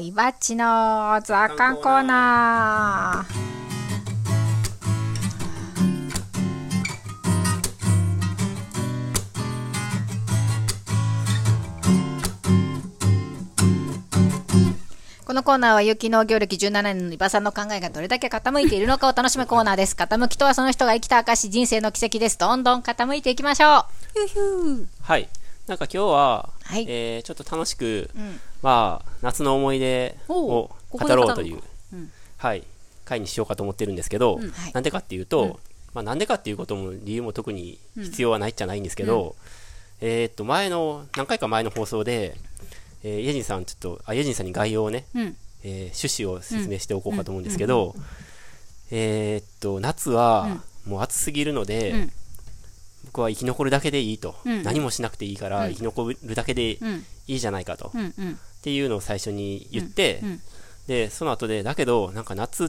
イバッチの雑感コーナー。このコーナーは有機農業歴17年のイバさんの考えがどれだけ傾いているのかを楽しむコーナーです。傾きとはその人が生きた証、人生の奇跡です。どんどん傾いていきましょう。 はい。なんか今日は、 はい、 ちょっと楽しく、夏の思い出を語ろうという、はい、回にしようかと思ってるんですけど、なんでかっていうと、なんでかっていうことも理由も特に必要はないっちゃないんですけど、何回か前の放送で、イェジンさんに概要をね、趣旨を説明しておこうかと思うんですけど、夏はもう暑すぎるので、僕は生き残るだけでいいと、何もしなくていいから生き残るだけでいいじゃないかと、っていうのを最初に言って、でその後でだけどなんか夏って、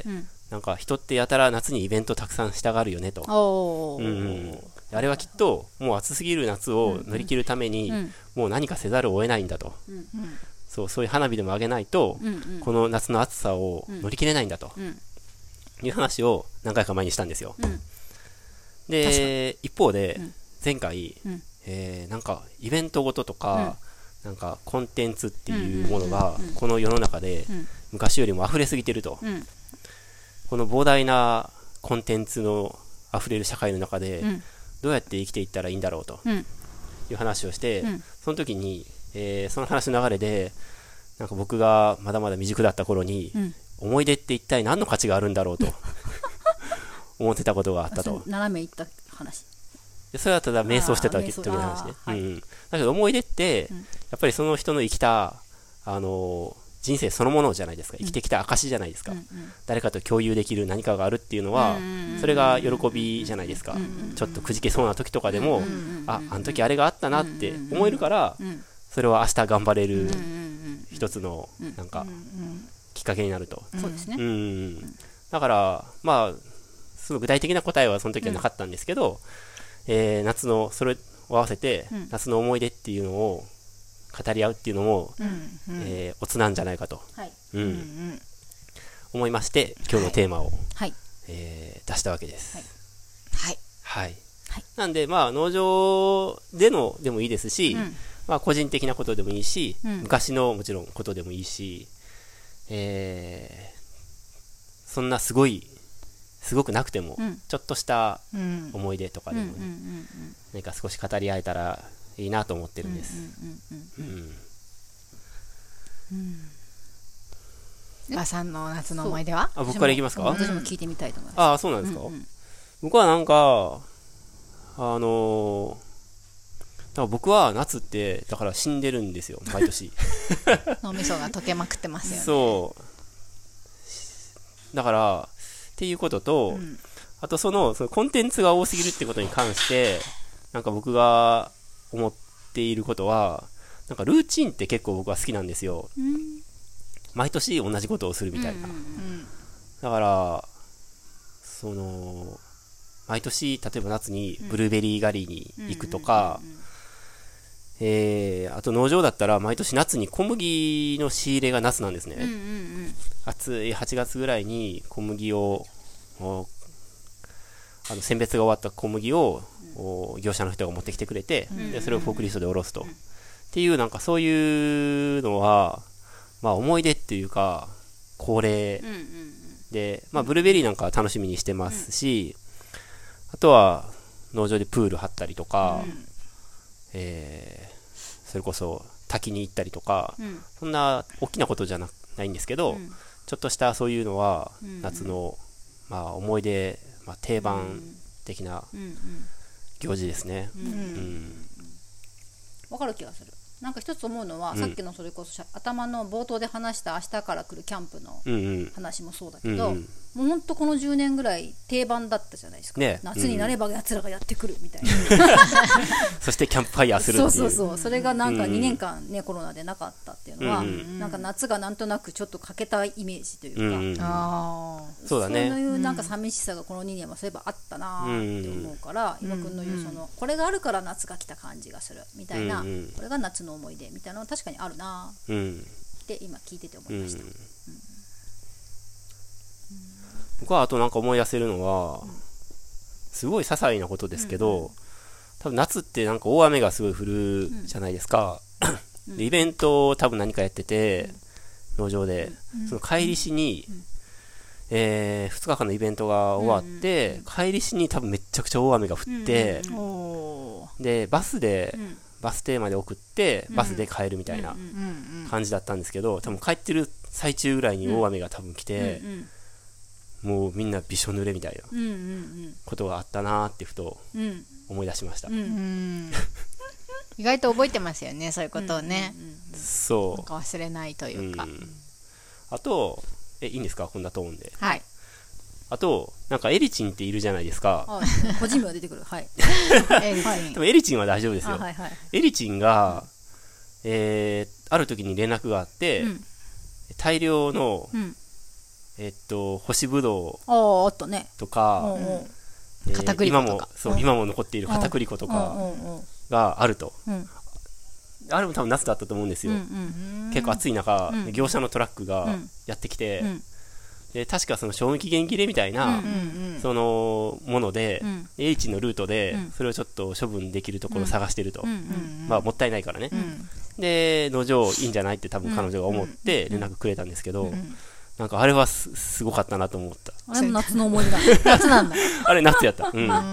なんか人ってやたら夏にイベントたくさんしたがるよねと、あれはきっともう暑すぎる夏を乗り切るために、もう何かせざるを得ないんだと、そういう花火でも上げないと、この夏の暑さを乗り切れないんだと、いう話を何回か前にしたんですよ。で一方で、前回、なんかイベントごととか、なんかコンテンツっていうものがこの世の中で昔よりも溢れすぎてると、この膨大なコンテンツの溢れる社会の中で、どうやって生きていったらいいんだろうという話をして、その時に、その話の流れでなんか僕がまだまだ未熟だった頃に、思い出って一体何の価値があるんだろうと思ってたことがあったと。 斜めいった話でそれはただ瞑想してた時の話ね、だけど思い出って、やっぱりその人の生きた人生そのものじゃないですか。生きてきた証じゃないですか、誰かと共有できる何かがあるっていうのは、それが喜びじゃないですか、ちょっとくじけそうな時とかでも、あの時あれがあったなって思えるから、それは明日頑張れる一つのなんかきっかけになると。 そうですね。 だからその具体的な答えはその時はなかったんですけど、夏のそれを合わせて、夏の思い出っていうのを語り合うっていうのも、おつなんじゃないかと、思いまして、今日のテーマを、出したわけです。なんで農場でのでもいいですし、個人的なことでもいいし、昔のもちろんことでもいいし、そんなすごくなくても、ちょっとした思い出とかでもね、何か少し語り合えたらいいなと思ってるんです。 イバさんの夏の思い出は？ 僕からいきますか？ 私も聞いてみたいと思います。 そうなんですか？僕はなんか僕は夏ってだから死んでるんですよ、毎年。 脳みそが溶けまくってますよね。 そうだからっていうことと、あとそのコンテンツが多すぎるってことに関して、なんか僕が思っていることは、なんかルーチンって結構僕は好きなんですよ。毎年同じことをするみたいな。だから毎年例えば夏にブルーベリー狩りに行くとか、あと農場だったら毎年夏に小麦の仕入れが夏なんですね。暑い8月ぐらいに小麦を選別が終わった小麦を業者の人が持ってきてくれて、でそれをフォークリフトで下ろすと、っていうなんかそういうのは思い出っていうか恒例で、ブルーベリーなんかは楽しみにしてますし、あとは農場でプール張ったりとか、それこそ滝に行ったりとか、そんな大きなことじゃないんですけど、ちょっとしたそういうのは夏の、思い出、定番的な行事ですね。 わかる気がする。なんか一つ思うのは、さっきのそれこそ頭の冒頭で話した明日から来るキャンプの話もそうだけど、もうほんとこの10年ぐらい定番だったじゃないですか、夏になれば奴らがやってくるみたいな、 そしてキャンプファイヤーするっていう、 それがなんか2年間ね、コロナでなかったっていうのは、なんか夏がなんとなくちょっと欠けたイメージというか、 そうだね、 そういうなんか寂しさがこの2年はそういえばあったなって思うから、今君の言うこれがあるから夏が来た感じがするみたいな、これが夏の思い出みたいなのは確かにあるな。 って今聞いてて思いました。 僕はあとなんか思い出せるのは、すごい些細なことですけど、多分夏ってなんか大雨がすごい降るじゃないですか。でイベントを多分何かやってて、農場で、その帰りしに、2日間のイベントが終わって、帰りしに多分めっちゃくちゃ大雨が降って、でバス停まで送ってバスで帰るみたいな感じだったんですけど、多分帰ってる最中ぐらいに大雨が多分来て、もうみんなびしょ濡れみたいなことがあったなーってふと思い出しました。 意外と覚えてますよね、そういうことをね。 そうなんか忘れないというか。 あといいんですか、こんなトーンで。 はい。 あとなんかエリチンっているじゃないですか。 個人名が出てくる。はい。 でもエリチンは大丈夫ですよ。 はいはい、 エリチンが、ある時に連絡があって、大量の、干しぶどうとか、 片栗粉とか、 今も残っている片栗粉とかがあると。あれも多分夏だったと思うんですよ。結構暑い中、業者のトラックがやってきて、で確かその賞味期限切れみたいなそのもので、エリチンのルートでそれをちょっと処分できるところを探してると、まあもったいないからね。で農場いいんじゃないって多分彼女が思って連絡くれたんですけど、なんかあれはすごかったなと思った。 あれも夏の思い出だ。 夏なんだ。 あれ夏やった。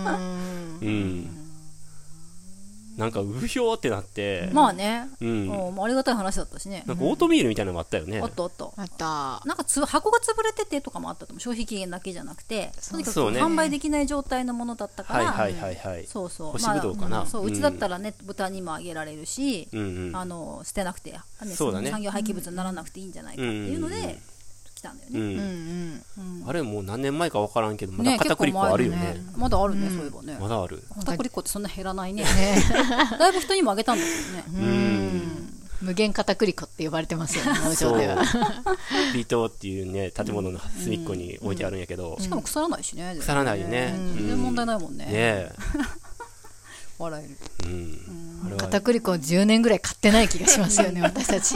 なんかうひょーってなって、 まあね、ありがたい話だったしね。 なんかオートミールみたいなのもあったよね。 あった。なんか箱が潰れててとかもあったと思う。消費期限だけじゃなくて、とにかく販売できない状態のものだったから、そうそう、 干しぶどうかな。 うちだったらね、豚にもあげられるし、捨てなくて産業廃棄物にならなくていいんじゃないかっていうので来たんだよね。 あれもう何年前か分からんけど、まだ片栗粉あるよね。 まだあるね、そういえばね。 まだある。 片栗粉ってそんな減らないね。だいぶ人にもあげたんだけどね。 無限片栗粉って呼ばれてますよね、農場では。 ビートっていうね、建物の隅っこに置いてあるんやけど、 しかも腐らないしね。 腐らないよね。 全然問題ないもんね。 ね、 笑える。 片栗粉10年ぐらい買ってない気がしますよね、私たち。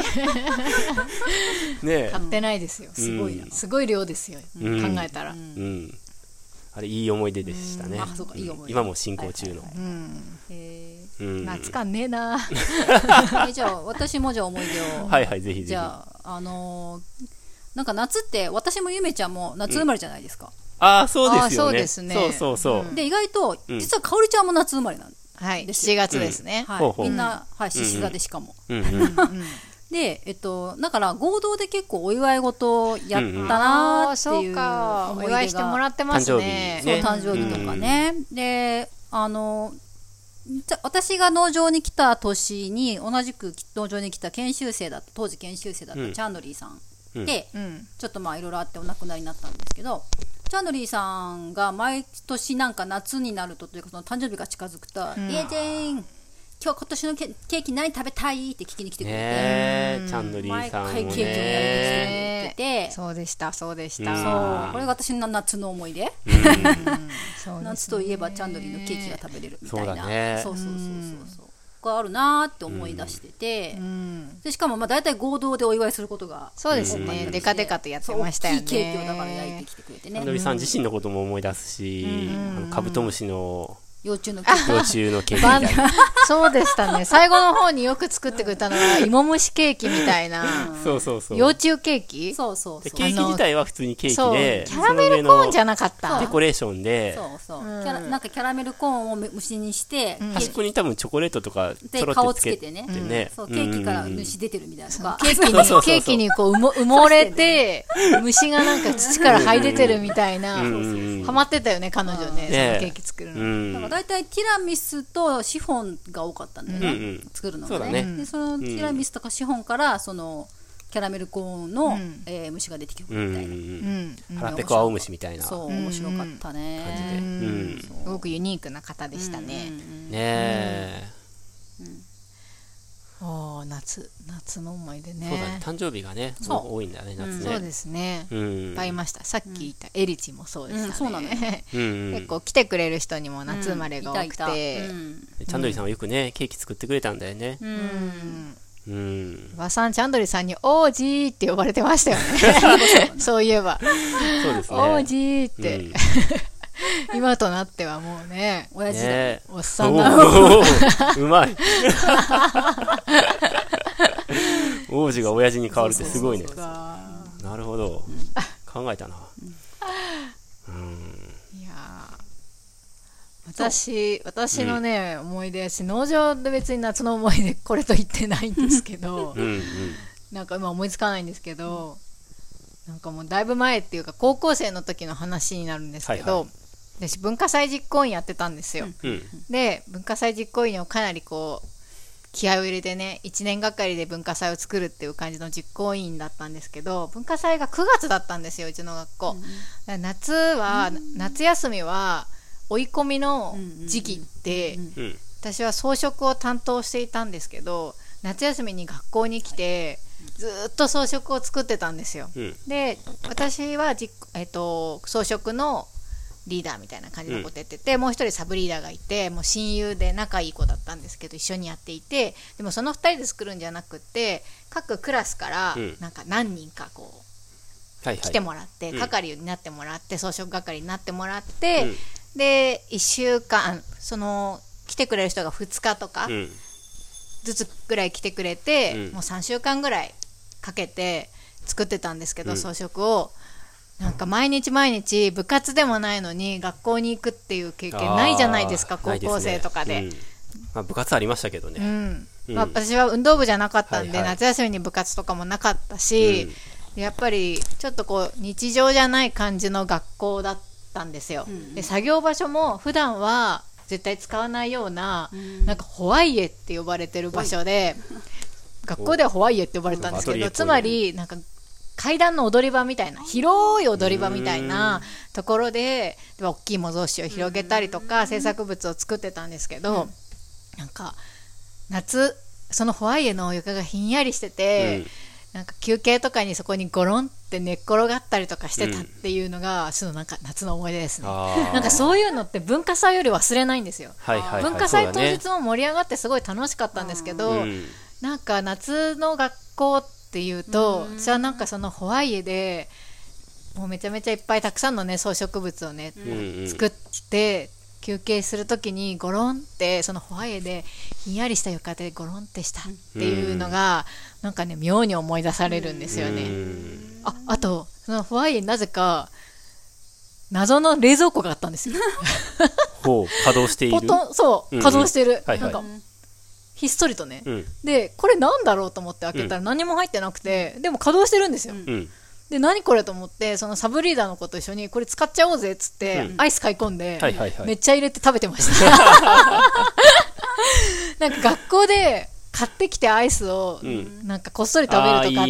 買ってないですよ。すごいな。すごい量ですよ、考えたら。 あれいい思い出でしたね。今も進行中の。 夏感ねえな。 じゃあ私もじゃあ思い出を。 はいはい、ぜひぜひ。 じゃあなんか夏って私もゆめちゃんも夏生まれじゃないですか。 ああ、そうですよね。 そうですね。 そうで意外と実はかおりちゃんも夏生まれなんです。 はい、7月ですね。 みんな獅子座でしかも。でだから合同で結構お祝い事やったなっていうお祝いしてもらってますね。 そう、誕生日とかね。で私が農場に来た年に同じく農場に来た当時研修生だったチャンドリーさんで、ちょっとまあいろいろあってお亡くなりになったんですけど、チャンドリーさんが毎年なんか夏になるとというかその誕生日が近づくと「イエジェーン今年のケーキ何食べたい?」って聞きに来てくれて、 チャンドリーさんもね毎回ケーキをやりに来てくれて、 そうでしたそうでした。 これが私の夏の思い出。夏といえばチャンドリーのケーキが食べれるみたいな、そうがあるなーって思い出してて、でしかもまあ大体合同でお祝いすることがそうですね、デカデカとやってましたよね。 大きいケーキをだから焼いてきてくれてね。 チャンドリーさん自身のことも思い出すし、カブトムシの幼虫のケーキみたいな。 そうでしたね。最後の方によく作ってくれたのは芋虫ケーキみたいな。幼虫ケーキ。 ケーキ自体は普通にケーキで、 キャラメルコーンじゃなかった。 デコレーションで、 なんかキャラメルコーンを虫にして、 端っこに多分チョコレートとかちょろってつけてね、ケーキから虫出てるみたいな。 ケーキにこう埋もれて虫がなんか土から這い出てるみたいな。ハマってたよね彼女ね、そのケーキ作るの。 だいたいティラミスとシフォンが多かったんだよね、作るのがね。でそのティラミスとかシフォンからそのキャラメルコーンの虫が出てくるみたいな。 腹ペコ青虫みたいな。 そう面白かったね。 すごくユニークな方でしたね。 ねえ。 夏の思い出ね。 そうだね、誕生日がね多いんだね、夏ね。 そうですね、いっぱいいました。さっき言ったエリチもそうでしたね。結構来てくれる人にも夏生まれが多くて、 チャンドリーさんはよくねケーキ作ってくれたんだよね。 うん馬さんチャンドリーさんに王子って呼ばれてましたよねそういえばそうですね王子って、 うん今となってはもうね親父だ、 ねおっさんなおーうまい王子が親父に変わるってすごいね。なるほど、考えたな。 いや私のね、思い出し農場で別に夏の思い出これと言ってないんですけどなんか今思いつかないんですけど、なんかもうだいぶ前っていうか高校生の時の話になるんですけど、私文化祭実行委員やってたんですよ、で文化祭実行委員をかなりこう気合を入れてね、1年がかりで文化祭を作るっていう感じの実行委員だったんですけど、文化祭が9月だったんですよ、うちの学校、夏休みは追い込みの時期って、私は装飾を担当していたんですけど、夏休みに学校に来てずっと装飾を作ってたんですよ、で私は装飾のリーダーみたいな感じのことやってて、もう一人サブリーダーがいて、もう親友で仲いい子だったんですけど一緒にやっていて、でもその2人で作るんじゃなくって各クラスからなんか何人かこう来てもらって、係になってもらって、装飾係になってもらって、で1週間その来てくれる人が2日とかずつぐらい来てくれて、もう3週間ぐらいかけて作ってたんですけど、装飾をなんか毎日部活でもないのに学校に行くっていう経験ないじゃないですか、高校生とかで、 まあ、部活ありましたけどね、 まあ、私は運動部じゃなかったんで、夏休みに部活とかもなかったし、やっぱりちょっとこう日常じゃない感じの学校だったんですよ、で作業場所も普段は絶対使わないような、なんかホワイエって呼ばれてる場所で、学校ではホワイエって呼ばれたんですけど、つまりなんか階段の踊り場みたいな、広い踊り場みたいなところで大きい模造紙を広げたりとか制作物を作ってたんですけど、なんか夏そのホワイエの床がひんやりしてて、なんか休憩とかにそこにゴロンって寝っ転がったりとかしてたっていうのが、そのなんか夏の思い出ですね。なんかそういうのって文化祭より忘れないんですよ、文化祭当日も盛り上がってすごい楽しかったんですけど、なんか夏の学校っていうと、私はなんかそのホワイエでもうめちゃめちゃいっぱいたくさんのね装飾物をね、作って休憩するときにゴロンってそのホワイエでひんやりした床でゴロンってしたっていうのが、なんかね妙に思い出されるんですよね。あとそのホワイエになぜか謎の冷蔵庫があったんですよほう、稼働している、 そう稼働してる、なんかひっそりとね、でこれなんだろうと思って開けたら何も入ってなくて、でも稼働してるんですよ、で何これと思って、そのサブリーダーの子と一緒にこれ使っちゃおうぜっつって、アイス買い込んで、めっちゃ入れて食べてましたなんか学校で買ってきてアイスをなんかこっそり食べるとかって、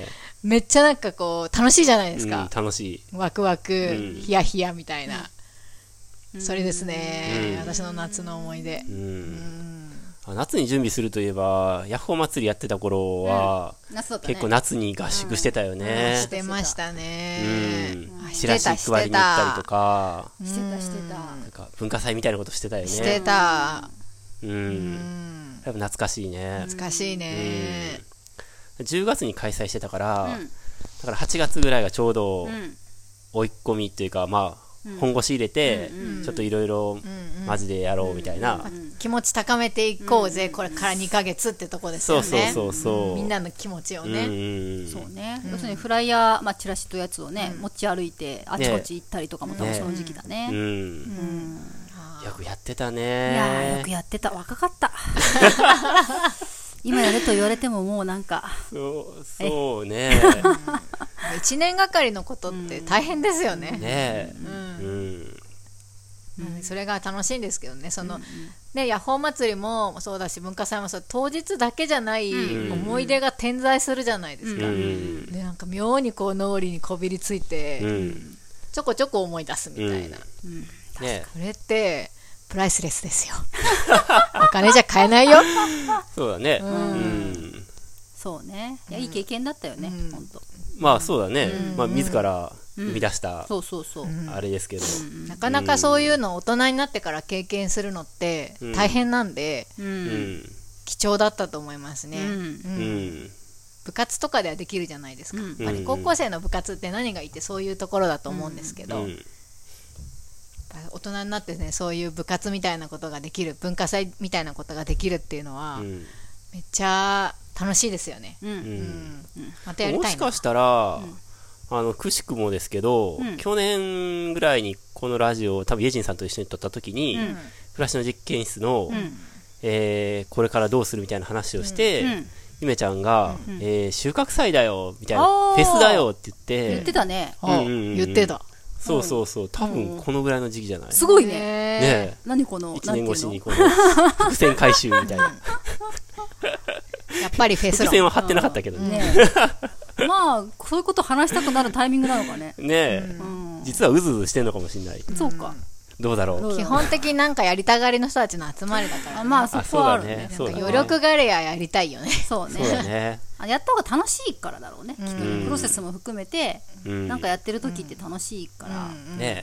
めっちゃなんかこう楽しいじゃないですか、 楽しい、 ワクワク、ヒヤヒヤみたいな、それですね、私の夏の思い出。 夏に準備するといえばヤッホー祭りやってた頃は、結構夏に合宿してたよね、 してましたね、 チラシ配りに行ったりとかしてたなんか文化祭みたいなことしてたよね、 してた、 やっぱ懐かしいね、 懐かしいね、 10月に開催してたから、だから8月ぐらいがちょうど追い込みっていうか、まあ本腰入れてちょっといろいろマジでやろうみたいな、 気持ち高めていこうぜ、これから2ヶ月ってとこですよね、みんなの気持ちをね、 そうね、要するにフライヤー、チラシとやつをね、持ち歩いてあちこち行ったりとかも多分その時期だね、 よくやってたね。 いやよくやってた、若かった今やれと言われてももうなんかそうね 1年がかりのことって大変ですよね、それが楽しいんですけどね、そのね、ヤッホー祭りもそうだし文化祭もそう、当日だけじゃない思い出が点在するじゃないですか、でなんか妙にこう脳裏にこびりついて、ちょこちょこ思い出すみたいな、これってプライスレスですよお金じゃ買えないよそうだね、 そうね、いやいい経験だったよね、本当。 まあそうだね、まあ自ら生み出したあれですけど、 なかなかそういうのを大人になってから経験するのって大変なんで、 貴重だったと思いますね。 うん部活とかではできるじゃないですか。やっぱり高校生の部活って何がいいってそういうところだと思うんですけど、大人になってね、そういう部活みたいなことができる、文化祭みたいなことができるっていうのは、めっちゃ楽しいですよね。またやりたいな。 もしかしたら、くしくもですけど、去年ぐらいにこのラジオを多分イェジンさんと一緒に撮った時に、暮らしの実験室の、これからどうするみたいな話をして、ゆめちゃんが、収穫祭だよみたいな、フェスだよって言ってたね。 言ってた。 そうそうそう、多分このぐらいの時期じゃない。 すごいね。 ね、 何この 1年越しにこの伏線回収みたいな。 やっぱりフェス伏線は張ってなかったけどね。 まあそういうこと話したくなるタイミングなのかね。 ねえ、実はうずうずしてんのかもしれない。 そうか。 どうだろう。 基本的になんかやりたがりの人たちの集まりだから。 まあそこはあるね。 余力があれややりたいよね。 そうね。やった方が楽しいからだろうね。プロセスも含めてなんかやってる時って楽しいから。 ね。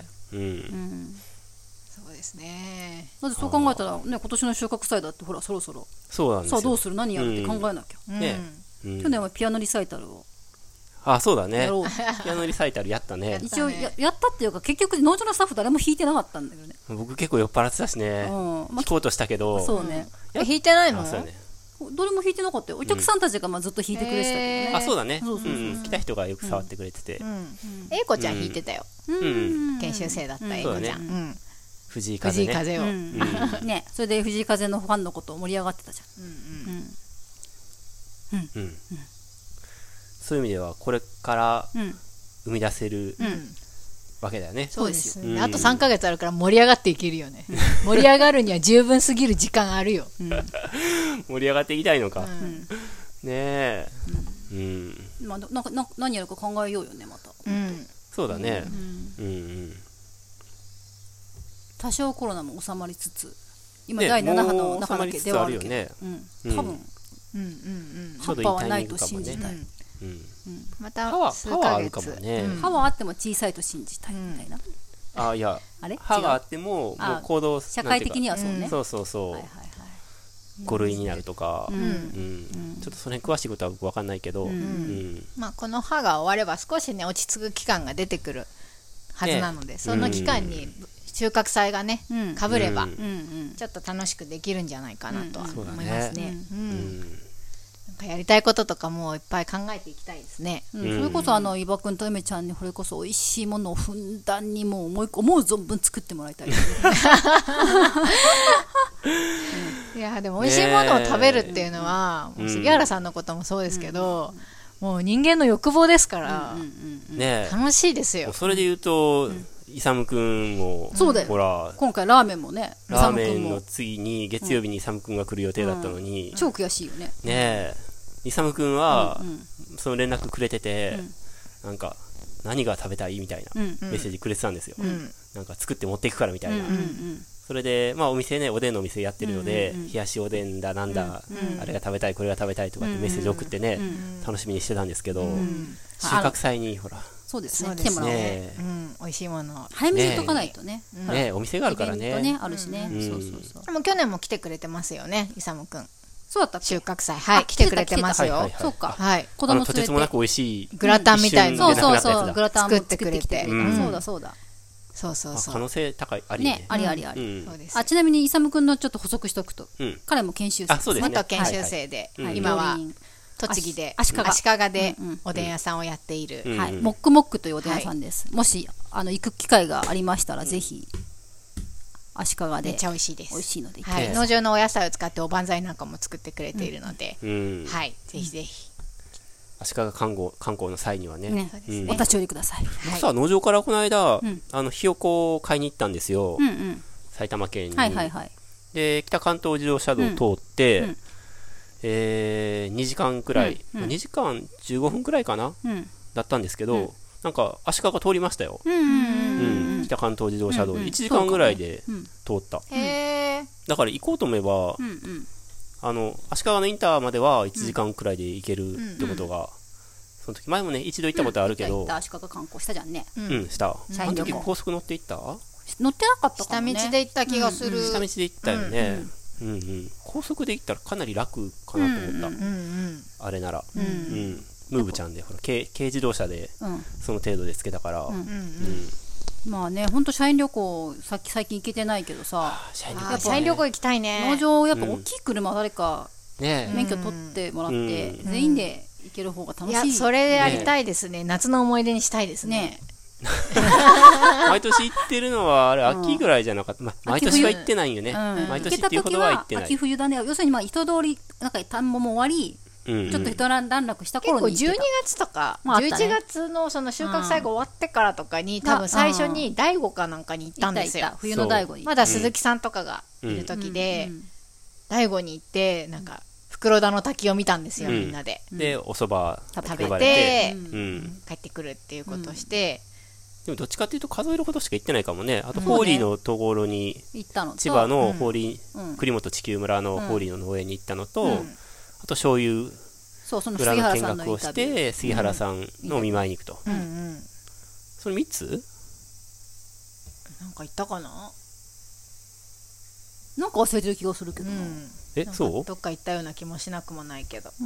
そうですね。 だってそう考えたらね、今年の収穫祭だってほらそろそろ。 そうなんですよ。 さあどうする、何やるって考えなきゃ。 ね。 去年はピアノリサイタルを。 あ、そうだね。ピアノリサイタルやったね。 一応やったっていうか、結局農場のスタッフ誰も弾いてなかったんだけどね。 僕結構酔っ払ってたしね。弾こうとしたけど。 そうね。 弾いてないの？ どれも弾いてなかったよ。お客さんたちがずっと弾いてくれてたけどね。 あ、そうだね。来た人がよく触ってくれてて。 英子ちゃん弾いてたよ。研修生だった英子ちゃん。 藤井風を。 ね、それで藤井風のファンのことを盛り上がってたじゃん。 そういう意味ではこれから生み出せるわけだよね。 そうですよね。あと3ヶ月あるから盛り上がっていけるよね。盛り上がるには十分すぎる時間あるよ。 盛り上がっていきたいのか。ねえ。 まあなんか何やるか考えようよね、また。 そうだね。 多少コロナも収まりつつ、今第7波の中だけではあるけど、多分8波はないと信じたい。 また歯はあるかもね。 歯はあっても小さいと信じたいみたいな。 あ、いや、歯があっても行動社会的にはそうね。 そうそうそう。5類になるとか、ちょっとその辺詳しいことは僕分かんないけど、 まあこの歯が終われば少しね落ち着く期間が出てくるはずなので、その期間に収穫祭がねかぶればちょっと楽しくできるんじゃないかなとは思いますね。なんかやりたいこととかもいっぱい考えていきたいですね。 それこそ伊庭くんとゆめちゃんにこれこそ美味しいものをふんだんにもう思う存分作ってもらいたい。 いやでも美味しいものを食べるっていうのは杉原さんのこともそうですけど、もう人間の欲望ですから楽しいですよ。 それで言うとイサムくんもそうだよ、ほら今回ラーメンもね、 ラーメンの次に月曜日にイサムくんが来る予定だったのに、 超悔しいよね。 ねえ、イサムくんはその連絡くれてて、なんか何が食べたいみたいなメッセージくれてたんですよ。なんか作って持っていくからみたいな。それでまあお店ね、おでんのお店やってるので、冷やしおでんだなんだ、あれが食べたいこれが食べたいとかってメッセージ送ってね、楽しみにしてたんですけど、収穫祭にほらそうですね、来てもらおうね。 美味しいもの早めに言っとかないとね。 ね、お店があるからね。 あるしね。そうそうそう。 でも去年も来てくれてますよね、イサムくん。 そうだったっけ？ 収穫祭、はい、来てくれてますよ。 そうか。 はい。 子供連れて。 とてつもなく美味しいグラタンみたいな。 そうそうそう。グラタン作ってくれて。 そうだそうだ。 そうそうそう。 可能性高いありね。 ありありあり。あ、ちなみにイサムくんのちょっと補足しておくと、彼も研修生。 あ、そうですね。 元研修生で、今は栃木で足利でおでん屋さんをやっている、 モックモックというおでん屋さんです。もし行く機会がありましたらぜひ足利で。 めっちゃ美味しいです。 美味しいので。 農場のお野菜を使っておばんざいなんかも作ってくれているので、はい、ぜひぜひ。 足利観光の際にはね、 お立ち寄りください。 さあ農場からこの間ひよこを買いに行ったんですよ。埼玉県に。で北関東自動車道を通って。2時間くらい、2時間15分くらいかな、だったんですけど、なんか足利通りましたよ。北関東自動車道で1時間ぐらいで通った。だから行こうと思えば、足利のインターまでは1時間くらいで行けるってことが、その時前もね一度行ったことあるけど、 足利観光したじゃんね。 した。あの時高速乗って行った？ 乗ってなかったかもね。 下道で行った気がする。 下道で行ったよね。 うんうん、高速で行ったらかなり楽かなと思った、うんうん、あれなら、うんうん、ムーブちゃんでほら軽自動車でその程度でつけたから、うんうんうん、 まあね、ほんと社員旅行最近行けてないけどさ、 社員旅行行きたいね。 農場やっぱ大きい車誰か免許取ってもらって、全員で行ける方が楽しい。 いや、それでやりたいですね。夏の思い出にしたいですね。 毎年行ってるのはあれ秋ぐらいじゃなかった、毎年は行ってないよね、毎年っていうほどは行ってない。 秋冬だね。要するにまあ人通りなんか田んぼも終わり、ちょっと一段落した頃に結構12月とか、11月のその収穫最後終わってからとかに、多分最初に大悟かなんかに行ったんですよ。 冬の大悟にまだ鈴木さんとかがいる時で、大悟に行ってなんか袋田の滝を見たんですよ、みんなで。 でお蕎麦食べて帰ってくるっていうことをして、 でもどっちかっていうと数えるほどしか行ってないかもね。あとホーリーのところに千葉のホーリー、栗本地球村のホーリーの農園に行ったのと、あと醤油裏の見学をして杉原さんのお見舞いに行くと、その3つなんか行ったかな、 なんか忘れてる気がするけど、 そうどっか行ったような気もしなくもないけど、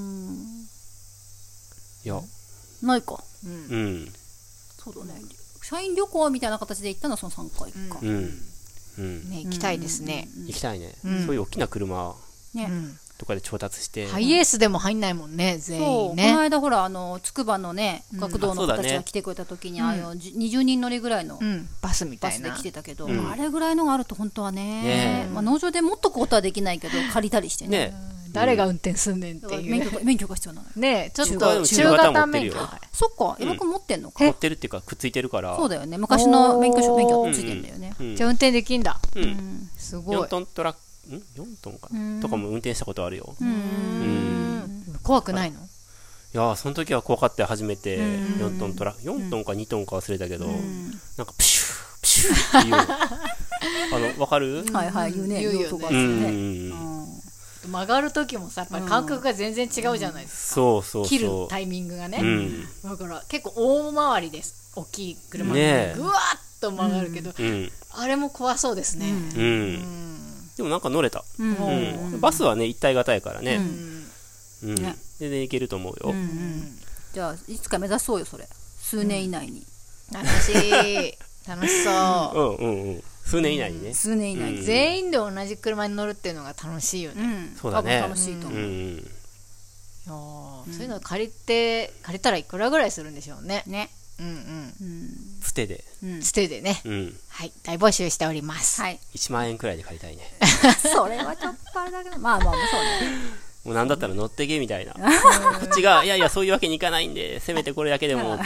いやないか、そうだね、社員旅行みたいな形で行ったのはその3回か、 ね、行きたいですね。 行きたいね、そういう大きな車とかで調達して、 ハイエースでも入んないもんね、全員ね。 この間ほらつくばのね学童の子たちが来てくれた時に、20人乗りぐらいのバスみたいなバスで来てたけど、あれぐらいのがあると本当はね、農場で持っとくことはできないけど借りたりしてね、 誰が運転すんねんっていう免許が必要なのね。ちょっと中型免許、 そっか、エバ君持ってんのか。 持ってるっていうかくっついてるから。 そうだよね、昔の免許ついてんだよね。 じゃあ運転できんだ。すごい。 4トントラック4トンかなとかも運転したことあるよ。 怖くないの？ いやその時は怖かったよ。初めて4トントラック、4トンか2トンか忘れたけど、なんかプシュープシューっていうわかる？ はいはい、言うね。 曲がる時もさ、やっぱり感覚が全然違うじゃないですか。 そうそうそう。 切るタイミングがね。だから結構大回りです。大きい車がぐわっと曲がるけど、あれも怖そうですね。 でもなんか乗れた。バスはね一体型やからね。全然いけると思うよ。 じゃあいつか目指そうよそれ。数年以内に。 楽しい。楽しそう。 数年以内にね。 数年以内に全員で同じ車に乗るっていうのが楽しいよね。 そうだね。 多分楽しいと思う。 そういうの借りたらいくらぐらいするんでしょうね。ね。 つてでね。はい、大募集しております。はい。 1万円くらいで借りたいね。 それはちょっとあれだけど、まあそうね。 もうなんだったら乗ってけみたいな。こっちがいやいやそういうわけにいかないんで、せめてこれだけでもって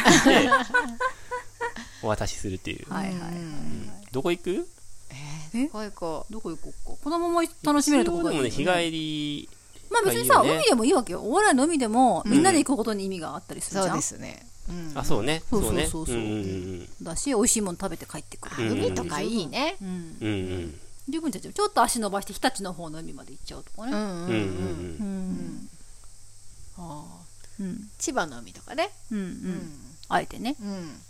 お渡しするっていう。どこ行く？ どこ行こうか。 子供も楽しめるとこがいいよね。 日帰り。 まあ別にさ、海でもいいわけよ。お笑いの海でもみんなで行くことに意味があったりするじゃん。 そうですね。 そうね。そうだし、美味しいもの食べて帰ってくる。 海とかいいね。 十分じゃちょっと足伸ばして日立の方の海まで行っちゃうとかね。 千葉の海とかね。 あえてね。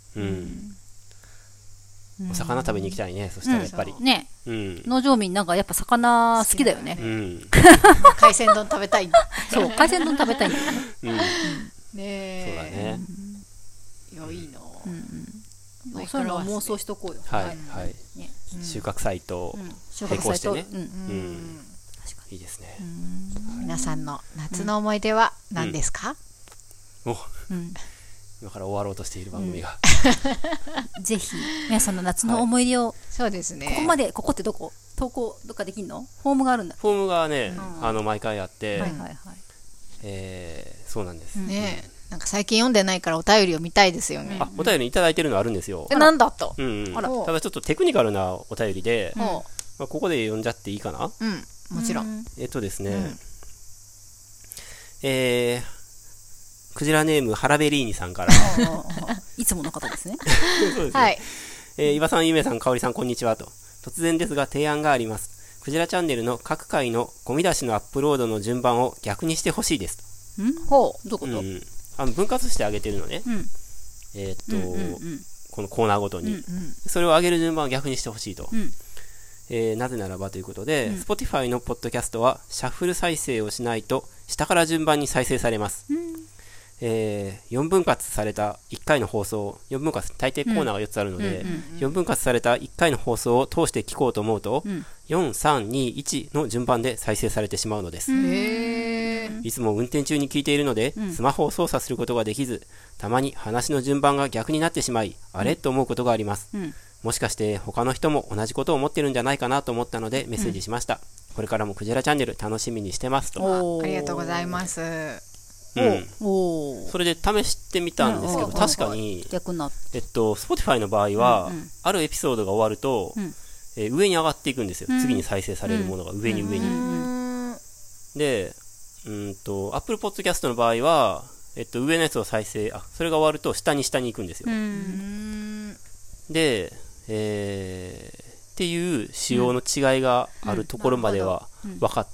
お魚食べに行きたいね。そしたらやっぱりね、農場民なんかやっぱ魚好きだよね。 海鮮丼食べたい。 そう、海鮮丼食べたいんだよね。 ね、 そうだね。 いや、いいな。 そういうの妄想しとこうよ。 はいはい。収穫祭と並行してね。いいですね。 皆さんの夏の思い出は何ですか？ 今から終わろうとしている番組が。 ぜひ皆さんの夏の思い出を。 そうですね。 ここってどこ？投稿どっかできんの？フォームがあるんだ。 フォームがね、毎回あって。そうなんですね。なんか最近読んでないからお便りを見たいですよね。 お便りいただいてるのあるんですよ。 なんだと。 ただちょっとテクニカルなお便りで、ここで読んじゃっていいかな？ もちろん。 ですね。クジラネームハラベリーニさんからいつもの方ですね。 はい。 岩さん、ゆめさん、かおりさん、こんにちはと。突然ですが提案があります。クジラチャンネルの各回のゴミ出しのアップロードの順番を逆にしてほしいですと。どういうこと？ 分割してあげてるのね。このコーナーごとに。それを上げる順番を逆にしてほしいと。 なぜならばということで、Spotify のポッドキャストはシャッフル再生をしないと下から順番に再生されます。4分割された1回の放送、4分割、大抵コーナーが4つあるので、4分割された1回の放送を通して聞こうと思うと、4、3、2、1の順番で再生されてしまうのです。いつも運転中に聞いているので、スマホを操作することができず、たまに話の順番が逆になってしまい、あれと思うことがあります。もしかして他の人も同じことを思ってるんじゃないかなと思ったのでメッセージしました。これからもクジラチャンネル楽しみにしてますと。 ありがとうございます。 それで試してみたんですけど、確かにSpotify の場合は、あるエピソードが終わると、上に上がっていくんですよ。次に再生されるものが上に上に。で、Apple Podcast の場合は、上のやつを再生、それが終わると下に行くんですよ。で、っていう仕様の違いがあるところまでは分かって、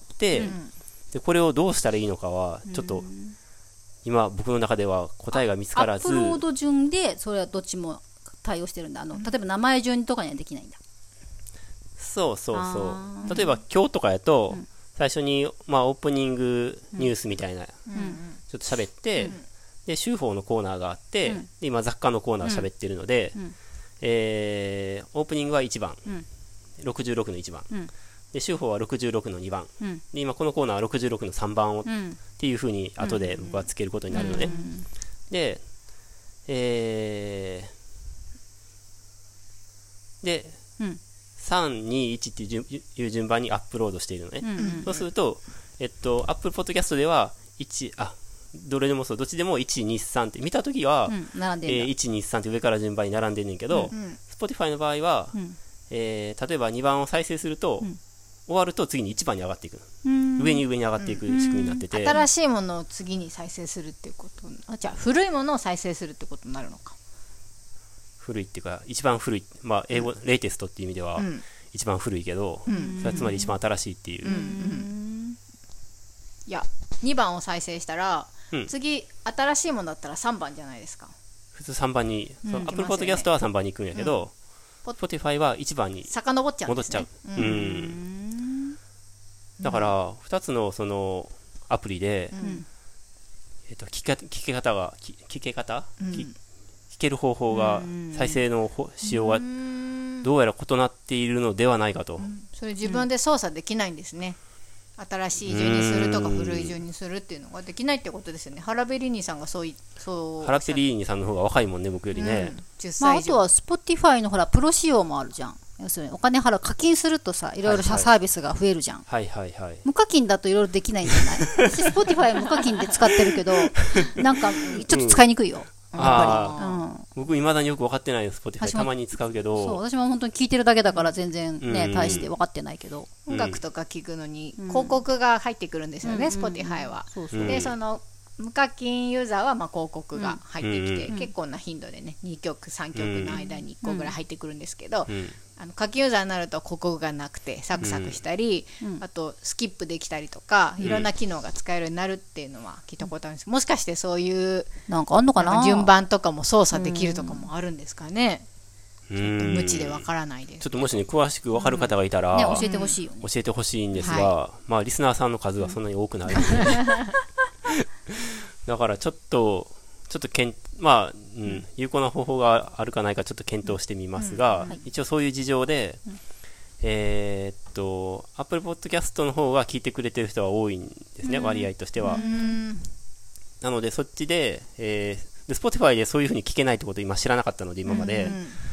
でこれをどうしたらいいのかはちょっと今僕の中では答えが見つからず。 アップロード順でそれはどっちも対応してるんだ。例えば名前順とかにはできないんだ。 そう例えば今日とかやと、最初に、オープニングニュースみたいな、ちょっと喋って、で週報のコーナーがあって、で今雑貨のコーナー喋ってるので、オープニングは1番、66の1番、で週報は66の2番、で今このコーナーは66の3番を、っていう風に後で僕はつけることになるのね。で、3、2、1っていう順番にアップロードしているのね。そうすると、Apple Podcast ではどれでもそう、どっちでも1、2、3って見たときは、1、2、3って上から順番に並んでんねんけど、Spotify の場合は、例えば2番を再生すると、終わると次に1番に上がっていく。上に上がっていく仕組みになってて。 新しいものを次に再生するっていうこと、じゃあ古いものを再生するってことになるのか。 古いっていうか、一番古い、英語、レイテストっていう意味では、一番古いけど、それはつまり一番新しいっていう。 いや、2番を再生したら、次新しいものだったら3番じゃないですか。 普通3番に、Apple Podcast は3番に行くんやけど、Spotify は1番に遡っちゃうんですね。 戻っちゃう。だから2つのそのアプリで、聞ける方法が、再生の仕様がどうやら異なっているのではないかと。 それ自分で操作できないんですね。新しい順にするとか古い順にするっていうのができないってことですよね。ハラベリーニさんがそうハラベリーニさんの方が若いもんね、僕よりね。 10歳以上。 あとは Spotify のほらプロ仕様もあるじゃん。要するにお金課金するとさ、いろいろサービスが増えるじゃん。無課金だといろいろできないんじゃない？私 Spotify 無課金で使ってるけど、なんかちょっと使いにくいよ。やっぱり。 僕未だによく分かってないよ、Spotify たまに使うけど。 そう、私も本当に聞いてるだけだから全然ね、大して分かってないけど。 音楽とか聞くのに広告が入ってくるんですよね、Spotify は。で、その無課金ユーザーは広告が入ってきて、結構な頻度でね、2曲3曲の間に1個ぐらい入ってくるんですけど、課金ユーザーになると広告がなくてサクサクしたり、あとスキップできたりとか、いろんな機能が使えるようになるっていうのは聞いたことあるんです。もしかしてそういうなんかあんのかな、 順番とかも操作できるとかもあるんですかね。ちょっと無知でわからないです。 ちょっともしね、詳しく分かる方がいたら、 教えてほしいよね。 教えてほしいんですが、リスナーさんの数がそんなに多くないので、だからちょっと有効な方法があるかないかちょっと検討してみますが、一応そういう事情で、Apple Podcast の方が聞いてくれてる人は多いんですね、割合としては。なのでそっちで、Spotify でそういう風に聞けないってことを今知らなかったので、今まで、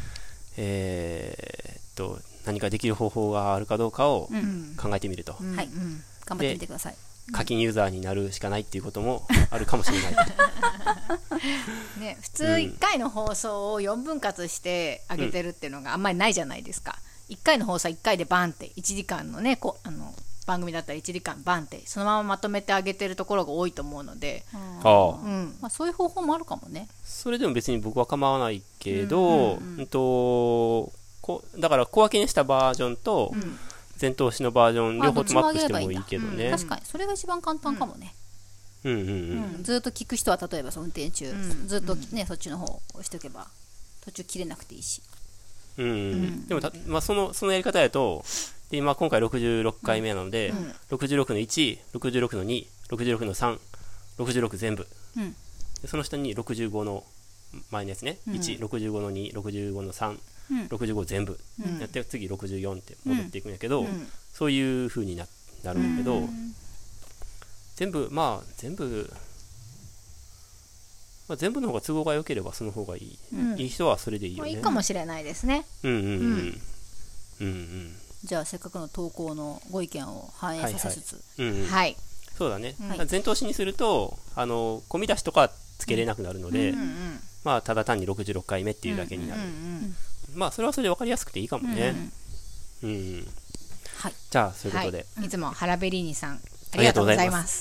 何かできる方法があるかどうかを考えてみると。 はい、頑張ってみてください。 課金ユーザーになるしかないっていうこともあるかもしれないね、普通1回の放送を4分割して上げてるっていうのがあんまりないじゃないですか。1回の放送は1回でバンって1時間のね、番組だったら1時間バンってそのまままとめてあげてるところが多いと思うので、 そういう方法もあるかもね。 それでも別に僕は構わないけど、だから小分けにしたバージョンと、前頭詞のバージョン両方とマップしてもいいけどね。 確かにそれが一番簡単かもね。ずっと聞く人は例えば運転中、ずっとねそっちの方を押しておけば途中切れなくていいし。 でもまあ、そのやり方やと、で今回66回目なので、66の1、66の2、66の3、66全部、でその下に65の前のやつね、1、65の2、65の3、65全部やって、次64って戻っていくんやけど、そういう風になるんだけど、全部の方が都合が良ければその方がいい、いい人はそれでいいよね。 いいかもしれないですね。 じゃあせっかくの投稿のご意見を反映させつつ、 そうだね、前頭詞にすると込み出しとかはつけれなくなるので、まあただ単に66回目っていうだけになる。まあそれはそれで分かりやすくていいかもね。じゃあそういうことで、 いつもハラベリーニさんありがとうございます。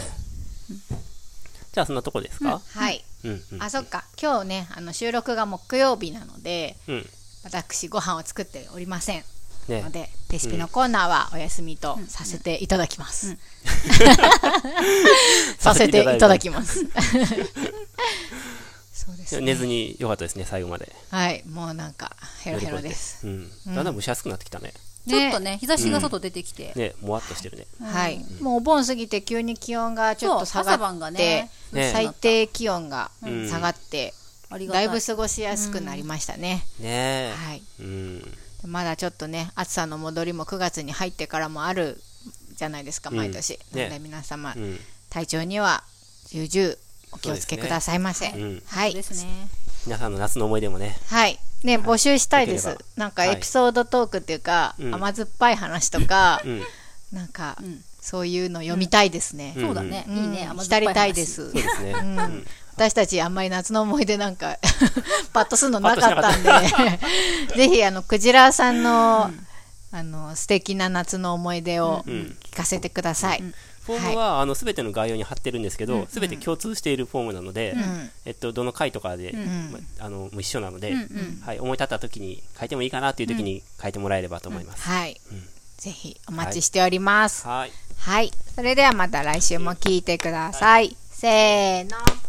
じゃあそんなとこですか。 はい。あ、そっか。今日ね収録が木曜日なので、私ご飯を作っておりませんので、レシピのコーナーはお休みとさせていただきます。させていただきます。そうですね。 寝ずに良かったですね、最後まで。 はい、もうなんかヘロヘロです。 だんだん蒸し暑くなってきたね。 ちょっとね、日差しが外出てきて、 ね、もわっとしてるね。 はい、もうお盆過ぎて急に気温がちょっと下がって、最低気温が下がって、だいぶ過ごしやすくなりましたね。 ね、 はい。まだちょっとね、暑さの戻りも9月に入ってからもあるじゃないですか、毎年。なので皆様、体調には重々お気をつけくださいませ。はい。 皆さんの夏の思い出もね。 はい。ね、募集したいです。なんかエピソードトークっていうか、甘酸っぱい話とか、なんかそういうの読みたいですね。 そうだね。いいね。 浸りたいです。 そうですね。 私たちあんまり夏の思い出なんかパッとするのなかったんで、ぜひクジラさんの素敵な夏の思い出を聞かせてください。 フォームはすべての概要に貼ってるんですけど、すべて共通しているフォームなので、どの回とかで一緒なので、思い立った時に書いてもいいかなっていう時に書いてもらえればと思います。 はい。ぜひお待ちしております。 はい。 それではまた来週も聞いてください。せーの。